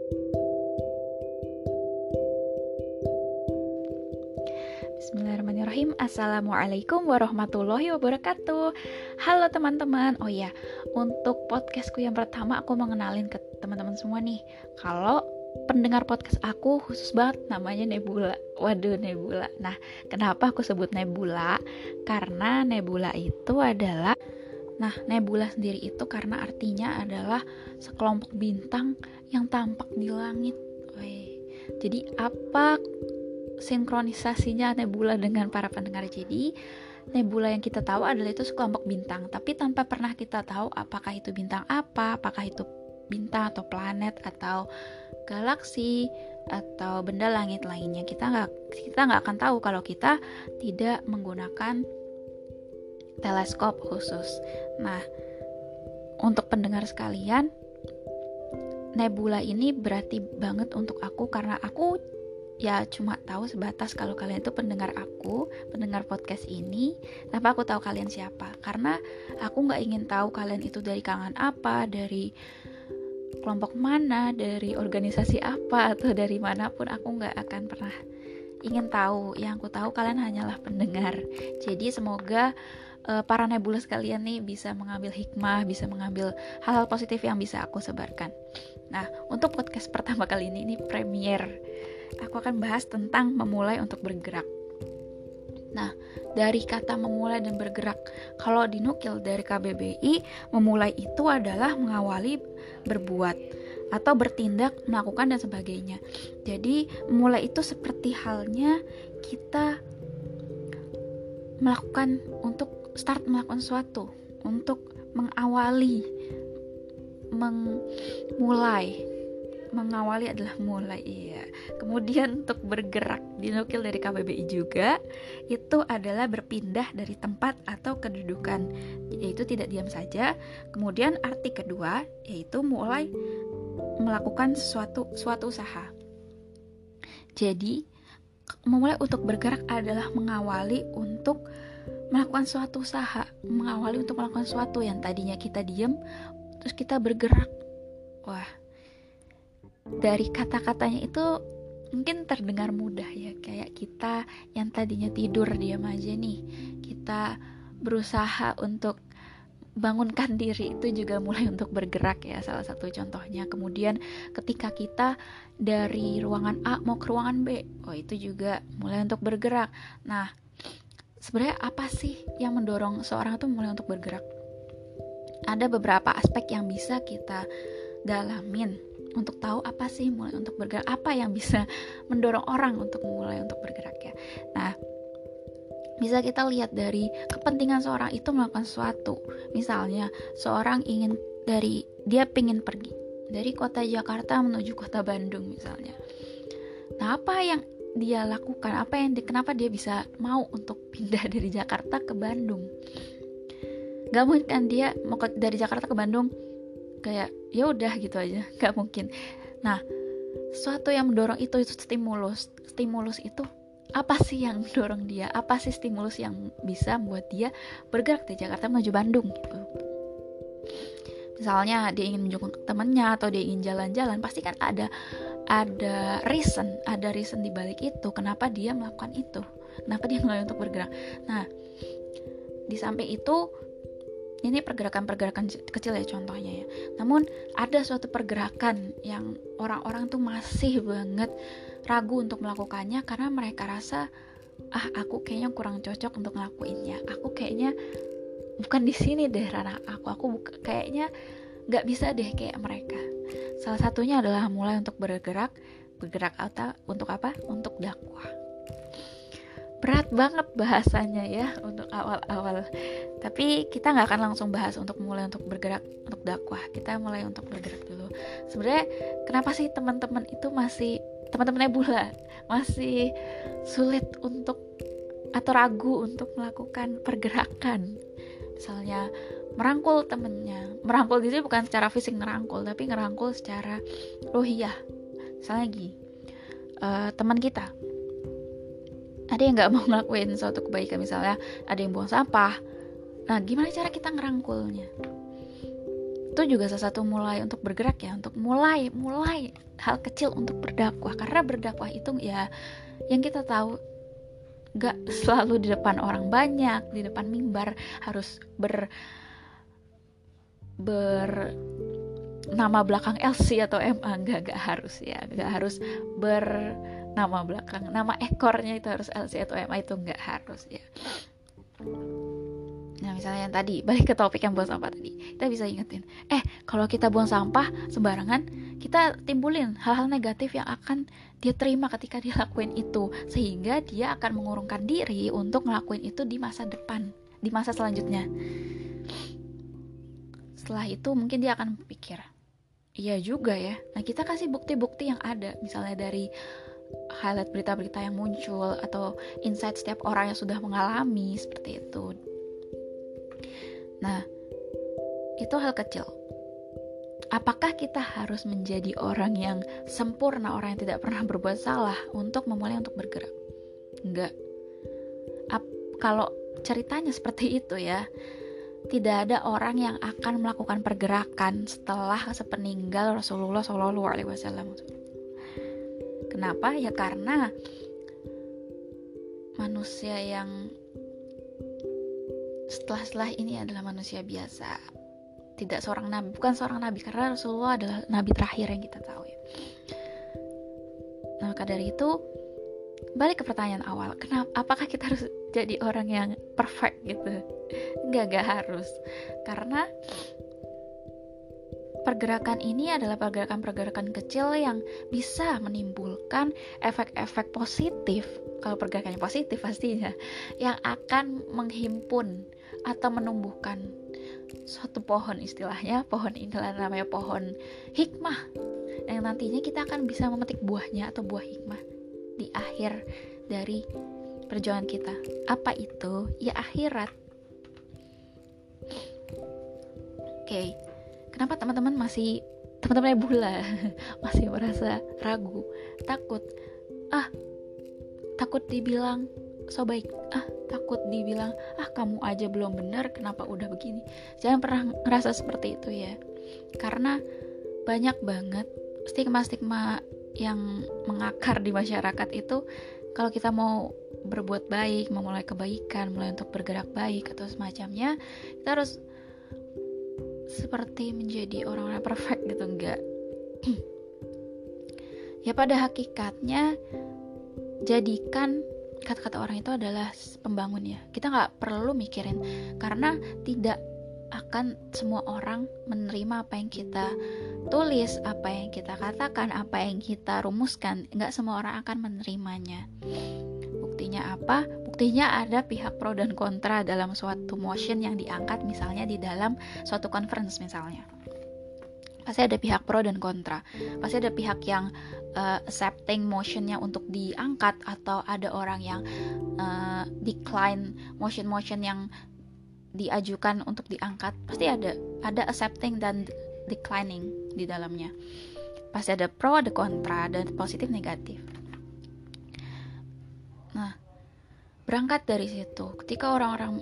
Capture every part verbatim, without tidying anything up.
Bismillahirrahmanirrahim. Assalamualaikum warahmatullahi wabarakatuh. Halo teman-teman. Oh ya, untuk podcastku yang pertama aku mau ngenalin ke teman-teman semua nih. Kalau pendengar podcast aku khusus banget namanya Nebula. Waduh, Nebula. Nah, kenapa aku sebut Nebula? Karena Nebula itu adalah Nah, nebula sendiri itu karena artinya adalah sekelompok bintang yang tampak di langit. Wih. Jadi apa sinkronisasinya nebula dengan para pendengar? Jadi nebula yang kita tahu adalah itu sekelompok bintang, tapi tanpa pernah kita tahu apakah itu bintang apa, apakah itu bintang atau planet atau galaksi atau benda langit lainnya. Kita nggak kita nggak akan tahu kalau kita tidak menggunakan teleskop khusus. Nah, untuk pendengar sekalian, nebula ini berarti banget untuk aku karena aku ya cuma tahu sebatas kalau kalian itu pendengar aku, pendengar podcast ini, tanpa aku tahu kalian siapa. Karena aku nggak ingin tahu kalian itu dari kalangan apa, dari kelompok mana, dari organisasi apa, atau dari manapun. Aku nggak akan pernah ingin tahu. Yang aku tahu kalian hanyalah pendengar. Jadi semoga uh, para nebula sekalian nih bisa mengambil hikmah, bisa mengambil hal-hal positif yang bisa aku sebarkan. Nah, untuk podcast pertama kali ini, ini premier. Aku akan bahas tentang memulai untuk bergerak. Nah, dari kata memulai dan bergerak, kalau dinukil dari K B B I, memulai itu adalah mengawali berbuat atau bertindak, melakukan dan sebagainya. Jadi, memulai itu seperti halnya kita melakukan untuk start melakukan sesuatu, untuk mengawali, memulai. Mengawali adalah mulai, iya. Kemudian untuk bergerak, dinukil dari K B B I juga, itu adalah berpindah dari tempat atau kedudukan, yaitu tidak diam saja. Kemudian arti kedua, yaitu mulai melakukan suatu suatu usaha. Jadi, memulai untuk bergerak adalah mengawali untuk melakukan suatu usaha, mengawali untuk melakukan sesuatu yang tadinya kita diam, terus kita bergerak. Wah, dari kata-katanya itu mungkin terdengar mudah ya, kayak kita yang tadinya tidur diam aja nih, kita berusaha untuk bangunkan diri, itu juga mulai untuk bergerak ya, salah satu contohnya. Kemudian ketika kita dari ruangan A mau ke ruangan B, oh itu juga mulai untuk bergerak. Nah, sebenarnya apa sih yang mendorong seorang itu mulai untuk bergerak? Ada beberapa aspek yang bisa kita dalamin untuk tahu apa sih mulai untuk bergerak, apa yang bisa mendorong orang untuk mulai untuk bergerak ya. Nah, bisa kita lihat dari kepentingan seorang itu melakukan sesuatu. Misalnya, seorang ingin dari dia pengen pergi dari kota Jakarta menuju kota Bandung misalnya. Nah, apa yang dia lakukan? Apa yang kenapa dia bisa mau untuk pindah dari Jakarta ke Bandung? Gak mungkin kan dia mau ke, dari Jakarta ke Bandung kayak ya udah gitu aja, gak mungkin. Nah, sesuatu yang mendorong itu itu stimulus. Stimulus itu apa sih yang mendorong dia? Apa sih stimulus yang bisa membuat dia bergerak dari Jakarta menuju Bandung gitu? Misalnya dia ingin menjenguk temannya atau dia ingin jalan-jalan, pasti kan ada ada reason, ada reason di balik itu. Kenapa dia melakukan itu? Kenapa dia mulai untuk bergerak? Nah, di samping itu ini pergerakan-pergerakan kecil ya contohnya ya. Namun ada suatu pergerakan yang orang-orang tuh masih banget ragu untuk melakukannya karena mereka rasa, ah aku kayaknya kurang cocok untuk ngelakuinnya. Aku kayaknya bukan di sini deh ranah aku. Aku buka, kayaknya nggak bisa deh kayak mereka. Salah satunya adalah mulai untuk bergerak, bergerak atau untuk apa? Untuk dakwah. Berat banget bahasanya ya untuk awal-awal. Tapi kita nggak akan langsung bahas untuk mulai untuk bergerak untuk dakwah. Kita mulai untuk bergerak dulu. Sebenarnya kenapa sih teman-teman itu masih teman-teman Nebula masih sulit untuk atau ragu untuk melakukan pergerakan? Misalnya merangkul temennya. Merangkul gitu bukan secara fisik ngerangkul, tapi ngerangkul secara ruhiyah. Misalnya gini, uh, teman kita ada yang nggak mau ngelakuin suatu kebaikan, misalnya ada yang buang sampah. Nah, gimana cara kita ngerangkulnya? itu juga salah satu mulai untuk bergerak ya, untuk mulai mulai hal kecil untuk berdakwah. Karena berdakwah itu ya yang kita tahu gak selalu di depan orang banyak, di depan mimbar harus ber ber nama belakang L C atau M A, enggak, enggak harus ya, enggak harus bernama belakang, nama ekornya itu harus L C atau M A, itu enggak harus ya. Nah misalnya yang tadi, balik ke topik yang buang sampah tadi, kita bisa ingetin, eh kalau kita buang sampah sembarangan, kita timbulin hal-hal negatif yang akan dia terima ketika dia lakuin itu, sehingga dia akan mengurungkan diri untuk ngelakuin itu di masa depan, di masa selanjutnya. Setelah itu mungkin dia akan pikir, iya juga ya. Nah kita kasih bukti-bukti yang ada, misalnya dari highlight berita-berita yang muncul atau insight setiap orang yang sudah mengalami seperti itu. Nah, itu hal kecil. Apakah kita harus menjadi orang yang sempurna, orang yang tidak pernah berbuat salah untuk memulai untuk bergerak? Enggak. Ap- kalau ceritanya seperti itu ya, tidak ada orang yang akan melakukan pergerakan setelah sepeninggal Rasulullah shallallahu alaihi wasallam. Kenapa? Ya karena manusia yang setelah-setelah ini adalah manusia biasa, tidak seorang nabi, bukan seorang nabi, karena Rasulullah adalah nabi terakhir yang kita tahu ya. Nah maka dari itu, balik ke pertanyaan awal, kenapa? Apakah kita harus jadi orang yang perfect gitu? Enggak, enggak harus, karena pergerakan ini adalah pergerakan-pergerakan kecil yang bisa menimbulkan efek-efek positif. Kalau pergerakannya positif pastinya, yang akan menghimpun atau menumbuhkan suatu pohon, istilahnya pohon inilah namanya pohon hikmah, yang nantinya kita akan bisa memetik buahnya atau buah hikmah di akhir dari perjuangan kita. Apa itu? Ya akhirat. Oke, okay. Kenapa teman-teman masih teman-teman bula masih merasa ragu, takut, ah takut dibilang so baik, ah takut dibilang ah kamu aja belum benar, kenapa udah begini? Jangan pernah ngerasa seperti itu ya, karena banyak banget stigma-stigma yang mengakar di masyarakat itu. Kalau kita mau berbuat baik, memulai kebaikan, mulai untuk bergerak baik atau semacamnya, kita harus seperti menjadi orang-orang perfect gitu, enggak. Ya pada hakikatnya, jadikan kata-kata orang itu adalah pembangun ya. Kita gak perlu mikirin, karena tidak akan semua orang menerima apa yang kita tulis, apa yang kita katakan, apa yang kita rumuskan. Gak semua orang akan menerimanya. Buktinya apa? Buktinya ada pihak pro dan kontra dalam suatu motion yang diangkat, misalnya di dalam suatu conference misalnya. Pasti ada pihak pro dan kontra. Pasti ada pihak yang uh, accepting motionnya untuk diangkat, atau ada orang yang uh, decline motion-motion yang diajukan untuk diangkat. Pasti ada ada accepting dan declining di dalamnya. Pasti ada pro, ada kontra, dan positif negatif. Nah, berangkat dari situ, ketika orang-orang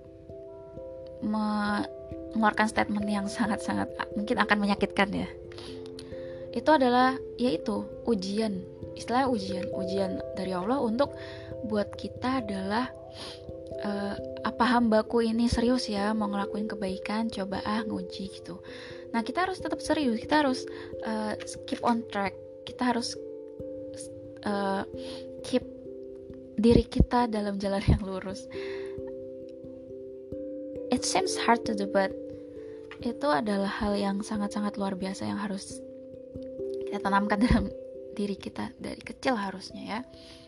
mengeluarkan statement yang sangat-sangat mungkin akan menyakitkan ya, itu adalah yaitu ujian, istilah ujian, ujian dari Allah untuk buat kita adalah uh, apa hambaku ini serius ya mau ngelakuin kebaikan, coba ah nguji gitu. Nah kita harus tetap serius, kita harus uh, keep on track, kita harus uh, keep diri kita dalam jalan yang lurus. It seems hard to do, but itu adalah hal yang sangat-sangat luar biasa yang harus kita tanamkan dalam diri kita dari kecil harusnya ya.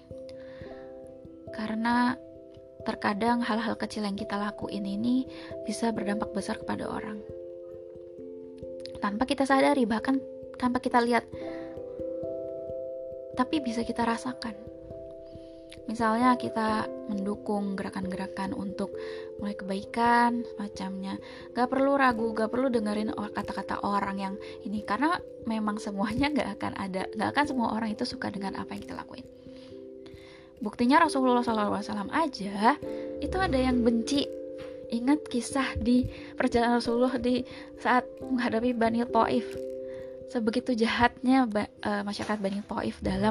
Karena terkadang hal-hal kecil yang kita lakuin ini bisa berdampak besar kepada orang tanpa kita sadari, bahkan tanpa kita lihat, tapi bisa kita rasakan. Misalnya kita mendukung gerakan-gerakan untuk mulai kebaikan semacamnya, gak perlu ragu, gak perlu dengerin kata-kata orang yang ini, karena memang semuanya gak akan ada, gak akan semua orang itu suka dengan apa yang kita lakuin. Buktinya Rasulullah shallallahu alaihi wasallam aja itu ada yang benci Ingat kisah di perjalanan Rasulullah di saat menghadapi Bani Thaif. Sebegitu jahatnya ba- uh, masyarakat Bani Thaif dalam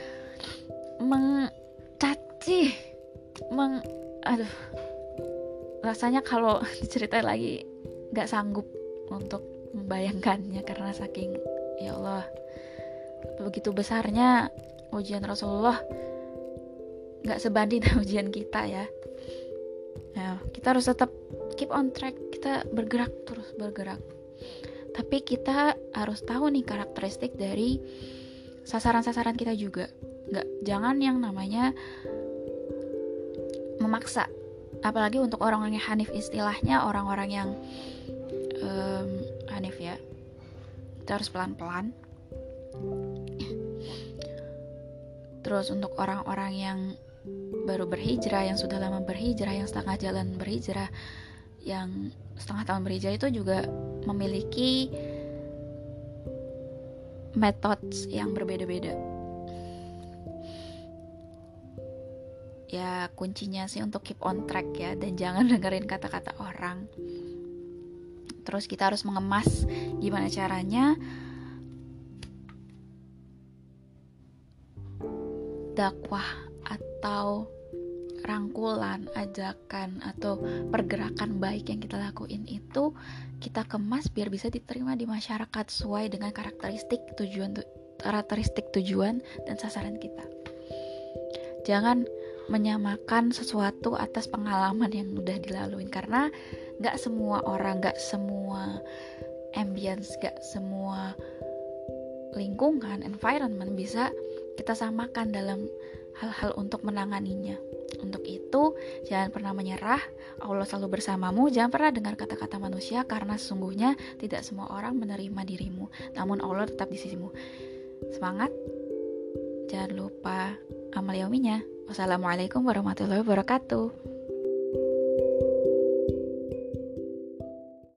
mencaci, meng, aduh, rasanya kalau diceritain lagi gak sanggup untuk membayangkannya karena saking, ya Allah, begitu besarnya ujian Rasulullah, gak sebanding dengan ujian kita ya. Nah, kita harus tetap keep on track, kita bergerak terus bergerak. Tapi kita harus tahu nih karakteristik dari sasaran-sasaran kita juga. Nggak, jangan yang namanya memaksa. Apalagi untuk orang-orang yang hanif, istilahnya orang-orang yang um, hanif ya. Kita harus pelan-pelan. Terus untuk orang-orang yang baru berhijrah, yang sudah lama berhijrah, yang setengah jalan berhijrah, yang setengah tahun berhijrah itu juga memiliki metode yang berbeda-beda. Ya kuncinya sih untuk keep on track ya, dan jangan dengerin kata-kata orang. Terus kita harus mengemas gimana caranya dakwah atau rangkulan, ajakan atau pergerakan baik yang kita lakuin itu kita kemas biar bisa diterima di masyarakat sesuai dengan karakteristik tujuan karakteristik tujuan dan sasaran kita. Jangan menyamakan sesuatu atas pengalaman yang udah dilaluin, karena gak semua orang, gak semua ambience, gak semua lingkungan, environment bisa kita samakan dalam hal-hal untuk menanganinya. Untuk itu, jangan pernah menyerah. Allah selalu bersamamu. Jangan pernah dengar kata-kata manusia, karena sesungguhnya tidak semua orang menerima dirimu, namun Allah tetap di sisimu. Semangat. Jangan lupa amal yauminya. Wassalamualaikum warahmatullahi wabarakatuh.